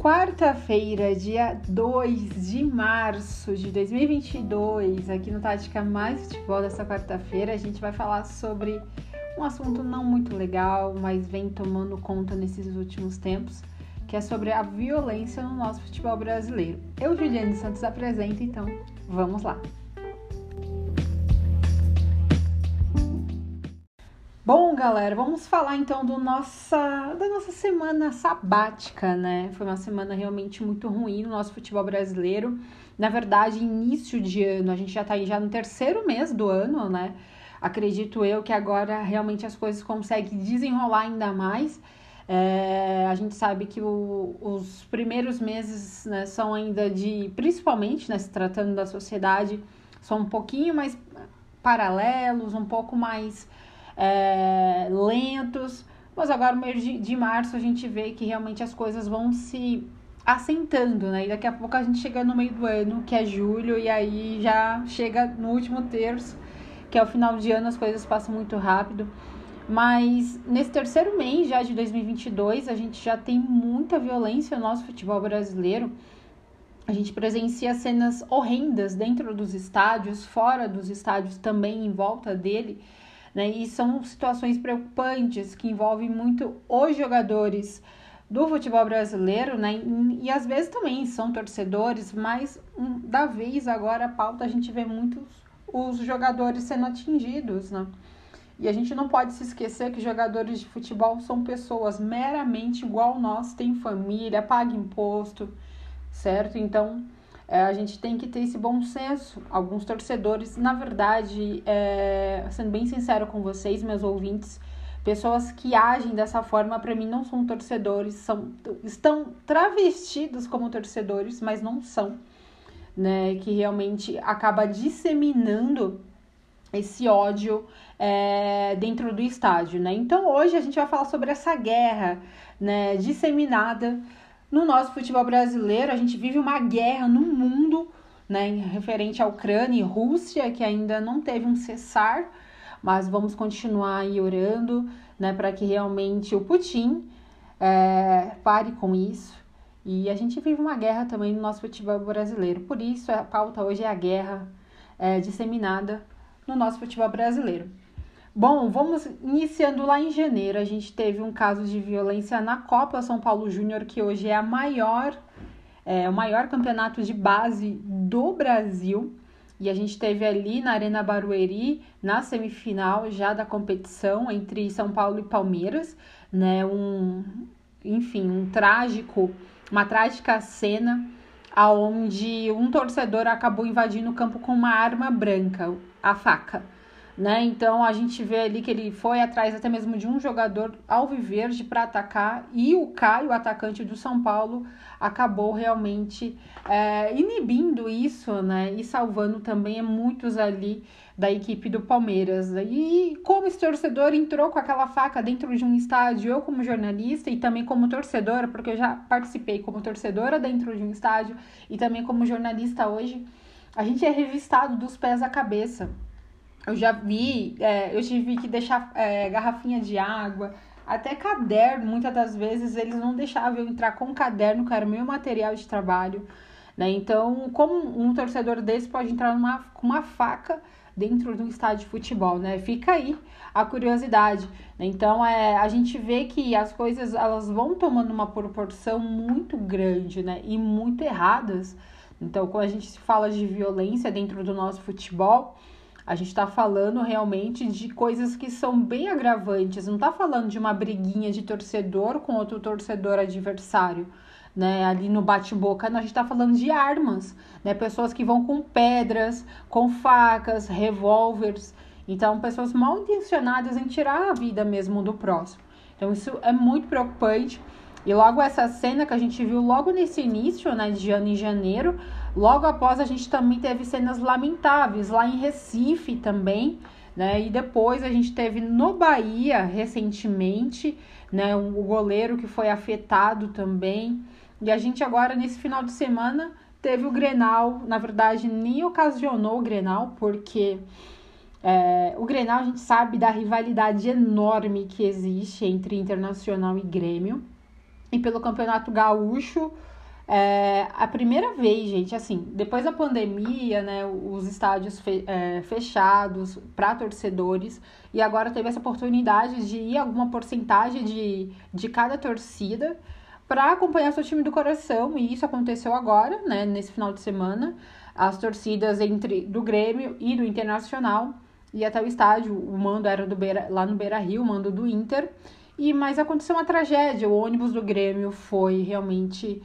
Quarta-feira, dia 2 de março de 2022, aqui no Tática Mais Futebol dessa quarta-feira, a gente vai falar sobre um assunto não muito legal, mas vem tomando conta nesses últimos tempos, que é sobre a violência no nosso futebol brasileiro. Eu, Juliane Santos, apresento, então vamos lá. Bom, galera, vamos falar então da nossa semana sabática, né? Foi uma semana realmente muito ruim no nosso futebol brasileiro. Na verdade, início de ano, a gente já tá aí no terceiro mês do ano, né? Acredito eu que agora realmente as coisas conseguem desenrolar ainda mais. A gente sabe que os primeiros meses, né, são ainda principalmente, né, se tratando da sociedade, são um pouquinho mais paralelos, um pouco mais lentos, mas agora no mês de março a gente vê que realmente as coisas vão se assentando, né? E daqui a pouco a gente chega no meio do ano, que é julho, e aí já chega no último terço, que é o final de ano, as coisas passam muito rápido. Mas nesse terceiro mês já de 2022, a gente já tem muita violência no nosso futebol brasileiro. A gente presencia cenas horrendas dentro dos estádios, fora dos estádios também, em volta dele, né? E são situações preocupantes que envolvem muito os jogadores do futebol brasileiro, né? E às vezes também são torcedores, mas da vez agora a pauta a gente vê muitos os jogadores sendo atingidos, né? E a gente não pode se esquecer que jogadores de futebol são pessoas meramente igual nós, têm família, pagam imposto, certo? Então a gente tem que ter esse bom senso. Alguns torcedores, na verdade, sendo bem sincero com vocês, meus ouvintes, pessoas que agem dessa forma, para mim, não são torcedores, estão travestidos como torcedores, mas não são, né? Que realmente acaba disseminando esse ódio dentro do estádio, né? Então, hoje a gente vai falar sobre essa guerra, né, disseminada no nosso futebol brasileiro. A gente vive uma guerra no mundo, né, referente à Ucrânia e Rússia, que ainda não teve um cessar, mas vamos continuar aí orando, né, para que realmente o Putin pare com isso. E a gente vive uma guerra também no nosso futebol brasileiro. Por isso, a pauta hoje é a guerra disseminada no nosso futebol brasileiro. Bom, vamos iniciando lá em janeiro. A gente teve um caso de violência na Copa São Paulo Júnior, que hoje é o maior campeonato de base do Brasil. E a gente teve ali na Arena Barueri, na semifinal já da competição, entre São Paulo e Palmeiras, né? Uma trágica cena onde um torcedor acabou invadindo o campo com uma arma branca, a faca, né? Então a gente vê ali que ele foi atrás até mesmo de um jogador alviverde para atacar, e o Caio, atacante do São Paulo, acabou realmente inibindo isso, né? E salvando também muitos ali da equipe do Palmeiras. E como esse torcedor entrou com aquela faca dentro de um estádio, eu como jornalista e também como torcedora, porque eu já participei como torcedora dentro de um estádio e também como jornalista hoje, a gente é revistado dos pés à cabeça. Eu já vi, eu tive que deixar garrafinha de água, até caderno. Muitas das vezes eles não deixavam eu entrar com caderno, que era o meu material de trabalho, né? Então, como um torcedor desse pode entrar com uma faca dentro de um estádio de futebol, né? Fica aí a curiosidade, né? Então, a gente vê que as coisas elas vão tomando uma proporção muito grande, né? E muito erradas. Então, quando a gente fala de violência dentro do nosso futebol, a gente está falando realmente de coisas que são bem agravantes. Não está falando de uma briguinha de torcedor com outro torcedor adversário, né? Ali no bate-boca, não, a gente está falando de armas, né? Pessoas que vão com pedras, com facas, revólveres. Então, pessoas mal intencionadas em tirar a vida mesmo do próximo. Então, isso é muito preocupante. E logo essa cena que a gente viu logo nesse início, né, de ano, em janeiro, logo após a gente também teve cenas lamentáveis lá em Recife também, né? E depois a gente teve no Bahia recentemente, né, o goleiro que foi afetado também. E a gente agora nesse final de semana teve o Grenal. Na verdade, nem ocasionou o Grenal, porque o Grenal a gente sabe da rivalidade enorme que existe entre Internacional e Grêmio. E pelo Campeonato Gaúcho, A primeira vez, gente, assim, depois da pandemia, né, os estádios fechados para torcedores, e agora teve essa oportunidade de ir alguma porcentagem de cada torcida para acompanhar seu time do coração, e isso aconteceu agora, né, nesse final de semana, as torcidas do Grêmio e do Internacional, e até o estádio, o mando era lá no Beira-Rio, o mando do Inter, mas aconteceu uma tragédia, o ônibus do Grêmio foi realmente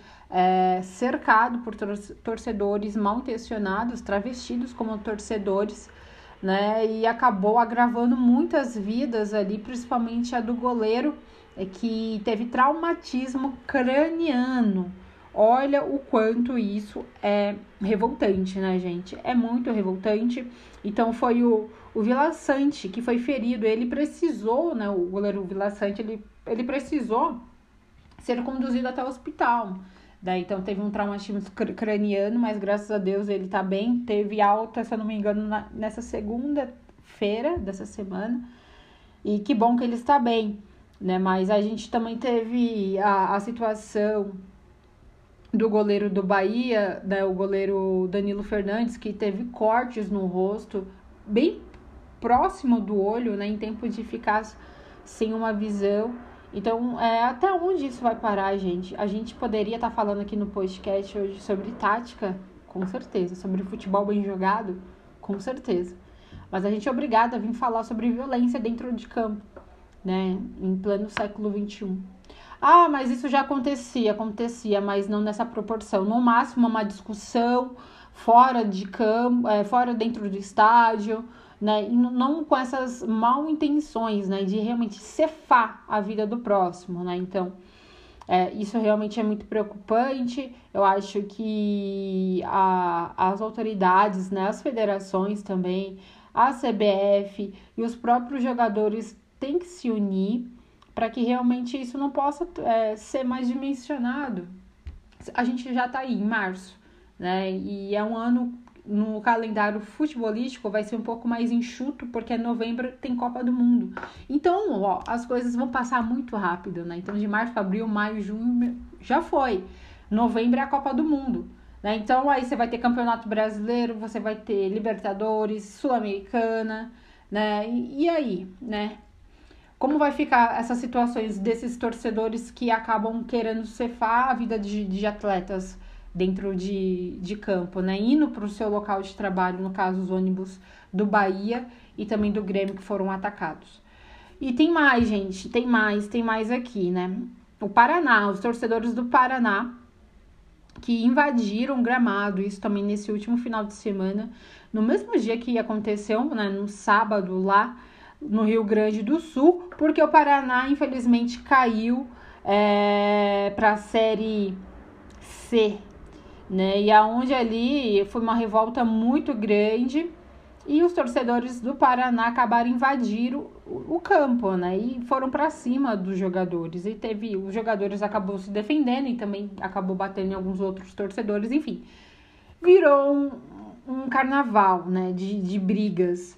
cercado por torcedores mal intencionados, travestidos como torcedores, né, e acabou agravando muitas vidas ali, principalmente a do goleiro, que teve traumatismo craniano. Olha o quanto isso é revoltante, né, gente? É muito revoltante. Então foi o Vila Sante que foi ferido. Ele precisou, né, o goleiro Vila Sante, ele precisou ser conduzido até o hospital. Daí, então teve um traumatismo craniano, mas graças a Deus ele tá bem. Teve alta, se eu não me engano, nessa segunda-feira dessa semana. E que bom que ele está bem, né? Mas a gente também teve a situação do goleiro do Bahia, né? O goleiro Danilo Fernandes, que teve cortes no rosto, bem próximo do olho, né? Em tempo de ficar sem uma visão. Então, até onde isso vai parar, gente? A gente poderia estar falando aqui no podcast hoje sobre tática, com certeza. Sobre futebol bem jogado, com certeza. Mas a gente é obrigado a vir falar sobre violência dentro de campo, né? Em pleno século XXI. Ah, mas isso já acontecia, mas não nessa proporção. No máximo, uma discussão fora de campo, fora dentro do estádio, né? E não com essas mal intenções, né? De realmente cefar a vida do próximo, né? Então, isso realmente é muito preocupante. Eu acho que as autoridades, né? As federações também, a CBF e os próprios jogadores têm que se unir para que realmente isso não possa ser mais dimensionado. A gente já está aí em março, né? E é um ano no calendário futebolístico vai ser um pouco mais enxuto, porque novembro tem Copa do Mundo. Então, as coisas vão passar muito rápido, né? Então, de março, abril, maio, junho, já foi. Novembro é a Copa do Mundo, né? Então, aí você vai ter Campeonato Brasileiro, você vai ter Libertadores, Sul-Americana, né? E aí, né? Como vai ficar essas situações desses torcedores que acabam querendo cefar a vida de atletas dentro de campo, né? Indo para o seu local de trabalho, no caso, os ônibus do Bahia e também do Grêmio que foram atacados. E tem mais, gente, tem mais aqui, né? O Paraná, os torcedores do Paraná que invadiram o gramado, isso também nesse último final de semana, no mesmo dia que aconteceu, né? No sábado lá no Rio Grande do Sul, porque o Paraná, infelizmente, caiu para a Série C, né? E aonde ali foi uma revolta muito grande e os torcedores do Paraná acabaram invadindo o campo, né? E foram para cima dos jogadores. E os jogadores acabou se defendendo e também acabou batendo em alguns outros torcedores, enfim. Virou um carnaval, né? De brigas.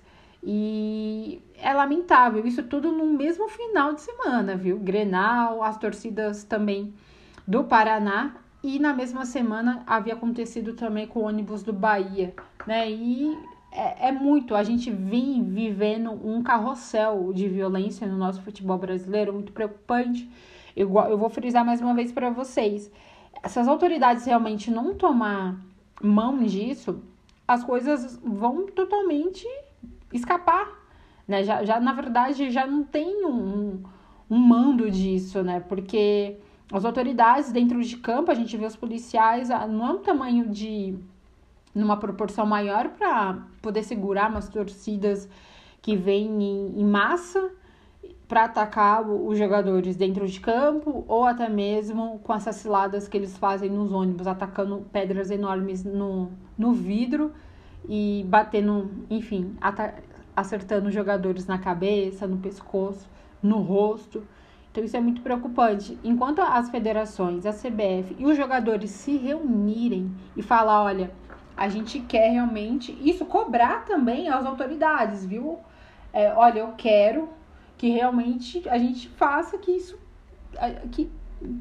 E é lamentável, isso tudo no mesmo final de semana, viu? Grenal, as torcidas também do Paraná, e na mesma semana havia acontecido também com o ônibus do Bahia, né? E muito, a gente vem vivendo um carrossel de violência no nosso futebol brasileiro, muito preocupante. Eu vou frisar mais uma vez para vocês, se as autoridades realmente não tomar mão disso, as coisas vão totalmente escapar, né? Já na verdade já não tem um mando disso, né? Porque as autoridades dentro de campo, a gente vê os policiais não é um tamanho numa proporção maior para poder segurar umas torcidas que vêm em massa para atacar os jogadores dentro de campo, ou até mesmo com essas ciladas que eles fazem nos ônibus, atacando pedras enormes no vidro e batendo, enfim, acertando os jogadores na cabeça, no pescoço, no rosto. Então isso é muito preocupante. Enquanto as federações, a CBF e os jogadores se reunirem e falar, olha, a gente quer realmente isso, cobrar também as autoridades, viu? Olha, eu quero que realmente a gente faça que isso, que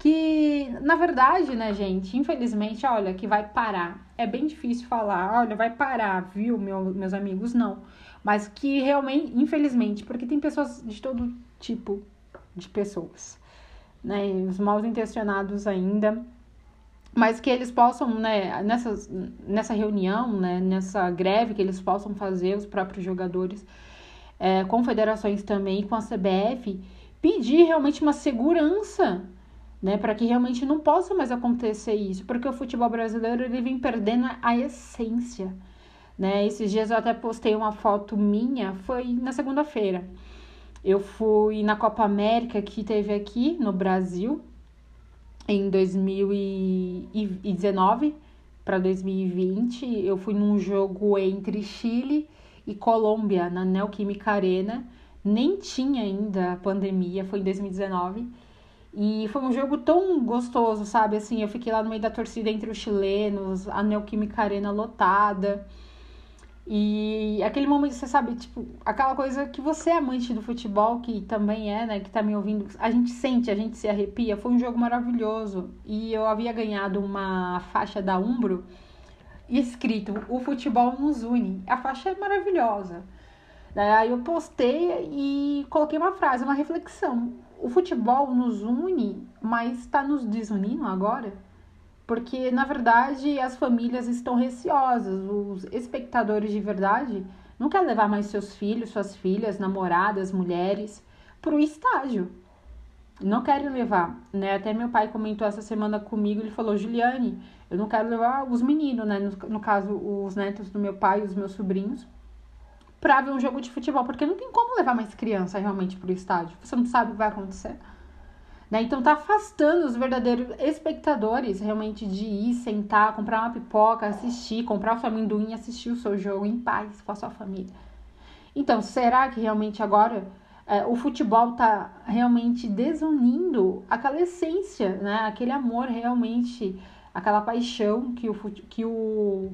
que, na verdade, né, gente, infelizmente, olha, que vai parar. É bem difícil falar, olha, vai parar, viu, meus amigos? Não. Mas que realmente, infelizmente, porque tem pessoas de todo tipo de pessoas, né, os mal intencionados ainda, mas que eles possam, né, nessa reunião, né, nessa greve, que eles possam fazer, os próprios jogadores, confederações também, com a CBF, pedir realmente uma segurança, né, para que realmente não possa mais acontecer isso, porque o futebol brasileiro ele vem perdendo a essência, né? Esses dias eu até postei uma foto minha, foi na segunda-feira. Eu fui na Copa América que teve aqui no Brasil em 2019 para 2020. Eu fui num jogo entre Chile e Colômbia na Neoquímica Arena. Nem tinha ainda a pandemia, foi em 2019. E foi um jogo tão gostoso, sabe? Assim, eu fiquei lá no meio da torcida entre os chilenos, a Neoquímica Arena lotada. E aquele momento, você sabe, tipo, aquela coisa que você é amante do futebol, que também é, né, que tá me ouvindo, a gente sente, a gente se arrepia. Foi um jogo maravilhoso. E eu havia ganhado uma faixa da Umbro escrito: o futebol nos une. A faixa é maravilhosa. Aí eu postei e coloquei uma frase, uma reflexão. O futebol nos une, mas está nos desunindo agora? Porque, na verdade, as famílias estão receosas. Os espectadores de verdade não querem levar mais seus filhos, suas filhas, namoradas, mulheres para o estádio. Não querem levar, né? Até meu pai comentou essa semana comigo, ele falou: Juliane, eu não quero levar os meninos, né? No caso, os netos do meu pai, os meus sobrinhos, pra ver um jogo de futebol, porque não tem como levar mais criança realmente pro estádio. Você não sabe o que vai acontecer. Né? Então tá afastando os verdadeiros espectadores realmente de ir, sentar, comprar uma pipoca, assistir, comprar o seu amendoim e assistir o seu jogo em paz com a sua família. Então, será que realmente agora o futebol tá realmente desunindo aquela essência, né? Aquele amor realmente, aquela paixão que o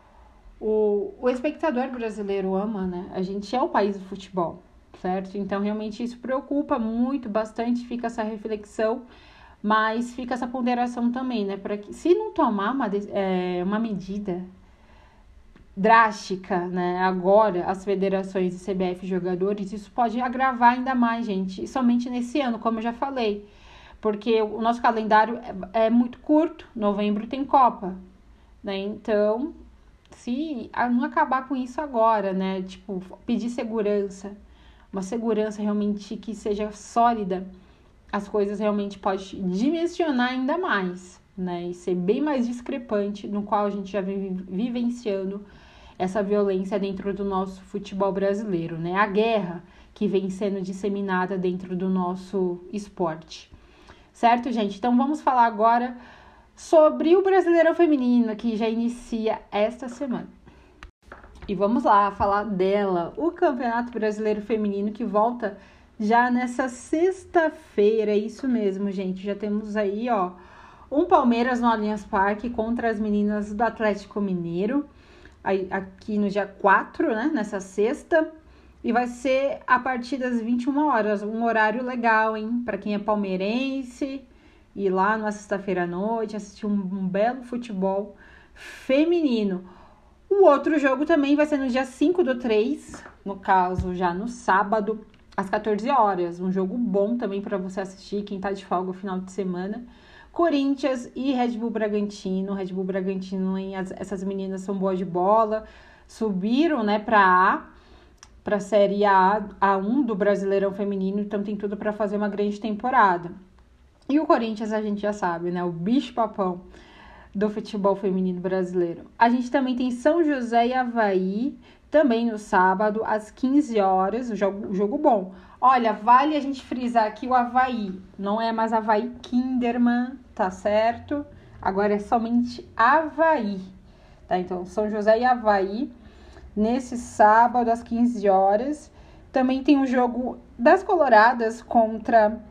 espectador brasileiro ama, né? A gente é o país do futebol, certo? Então, realmente, isso preocupa muito, bastante, fica essa reflexão, mas fica essa ponderação também, né? Para que, se não tomar uma medida drástica, né? Agora, as federações e CBF jogadores, isso pode agravar ainda mais, gente, somente nesse ano, como eu já falei, porque o nosso calendário é muito curto, novembro tem Copa, né? Então, se não acabar com isso agora, né? Tipo, pedir segurança, uma segurança realmente que seja sólida, as coisas realmente podem dimensionar ainda mais, né? E ser bem mais discrepante, no qual a gente já vem vivenciando essa violência dentro do nosso futebol brasileiro, né? A guerra que vem sendo disseminada dentro do nosso esporte. Certo, gente? Então, vamos falar agora sobre o Brasileirão Feminino, que já inicia esta semana. E vamos lá falar dela, o Campeonato Brasileiro Feminino, que volta já nessa sexta-feira. Isso mesmo, gente. Já temos aí, ó, um Palmeiras no Allianz Parque contra as meninas do Atlético Mineiro, aqui no dia 4, né, nessa sexta. E vai ser a partir das 21 horas, um horário legal, hein, para quem é palmeirense. Ir lá numa sexta-feira à noite, assistir um belo futebol feminino. O outro jogo também vai ser no dia 5/3, no caso, já no sábado, às 14 horas. Um jogo bom também para você assistir, quem tá de folga no final de semana. Corinthians e Red Bull Bragantino. Red Bull Bragantino, essas meninas são boas de bola. Subiram, né, para a Série A1 do Brasileirão Feminino, então tem tudo para fazer uma grande temporada. E o Corinthians, a gente já sabe, né? O bicho-papão do futebol feminino brasileiro. A gente também tem São José e Avaí, também no sábado, às 15 horas. Jogo bom. Olha, vale a gente frisar aqui o Avaí. Não é mais Avaí Kinderman, tá certo? Agora é somente Avaí. Tá? Então, São José e Avaí, nesse sábado, às 15 horas. Também tem o jogo das Coloradas contra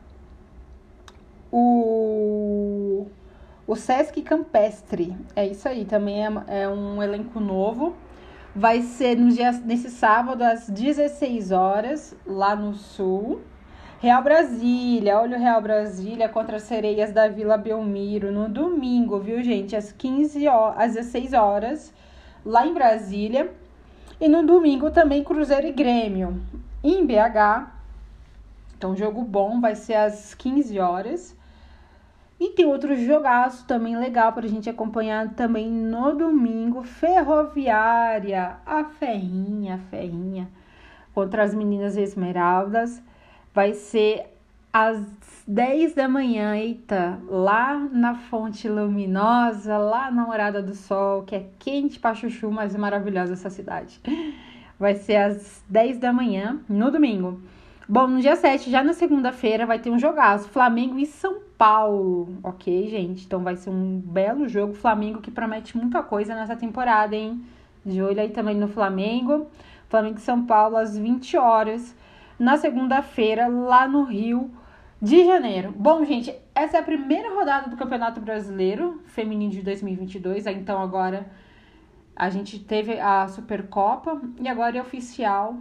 o Sesc Campestre. É isso aí, também é um elenco novo. Vai ser nesse sábado às 16 horas, lá no Sul. Real Brasília, olha o Real Brasília contra as Sereias da Vila Belmiro no domingo, viu, gente? Às 15 horas, às 16 horas, lá em Brasília. E no domingo também Cruzeiro e Grêmio em BH. Então, jogo bom, vai ser às 15 horas. E tem outro jogaço também legal para a gente acompanhar também no domingo. Ferroviária, a Ferrinha, contra as meninas Esmeraldas. Vai ser às 10 da manhã, eita, lá na Fonte Luminosa, lá na Morada do Sol, que é quente pra chuchu, mas é maravilhosa essa cidade. Vai ser às 10 da manhã, no domingo. Bom, no dia 7, já na segunda-feira, vai ter um jogaço, Flamengo e São Paulo, ok, gente? Então vai ser um belo jogo, Flamengo que promete muita coisa nessa temporada, hein? De olho aí também no Flamengo e São Paulo às 20 horas, na segunda-feira, lá no Rio de Janeiro. Bom, gente, essa é a primeira rodada do Campeonato Brasileiro Feminino de 2022, então agora a gente teve a Supercopa e agora é oficial.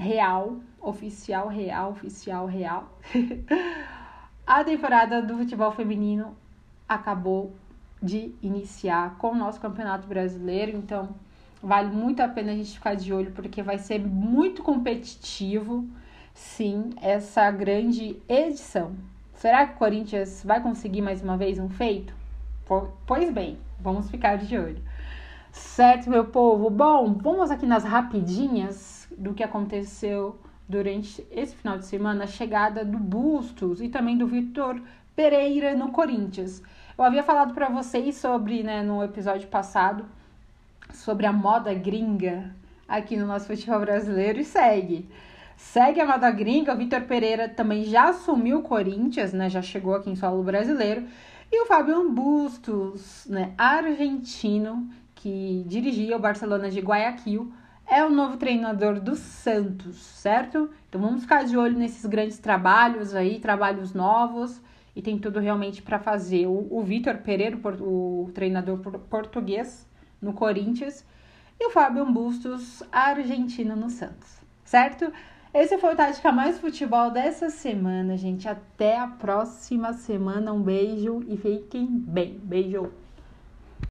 A temporada do futebol feminino acabou de iniciar com o nosso Campeonato Brasileiro, então vale muito a pena a gente ficar de olho, porque vai ser muito competitivo, sim, essa grande edição. Será que o Corinthians vai conseguir mais uma vez um feito? Pois bem, vamos ficar de olho. Certo, meu povo? Bom, vamos aqui nas rapidinhas do que aconteceu durante esse final de semana, a chegada do Bustos e também do Vitor Pereira no Corinthians. Eu havia falado para vocês sobre, no episódio passado, sobre a moda gringa aqui no nosso futebol brasileiro e segue a moda gringa. O Vitor Pereira também já assumiu o Corinthians, já chegou aqui em solo brasileiro, e o Fábio Bustos, argentino, que dirigia o Barcelona de Guayaquil, é o novo treinador do Santos, certo? Então vamos ficar de olho nesses grandes trabalhos aí, trabalhos novos, e tem tudo realmente para fazer. O Vitor Pereira, o treinador português no Corinthians, e o Fábio Bustos, argentino no Santos, certo? Esse foi o Tática Mais Futebol dessa semana, gente. Até a próxima semana. Um beijo e fiquem bem. Beijo!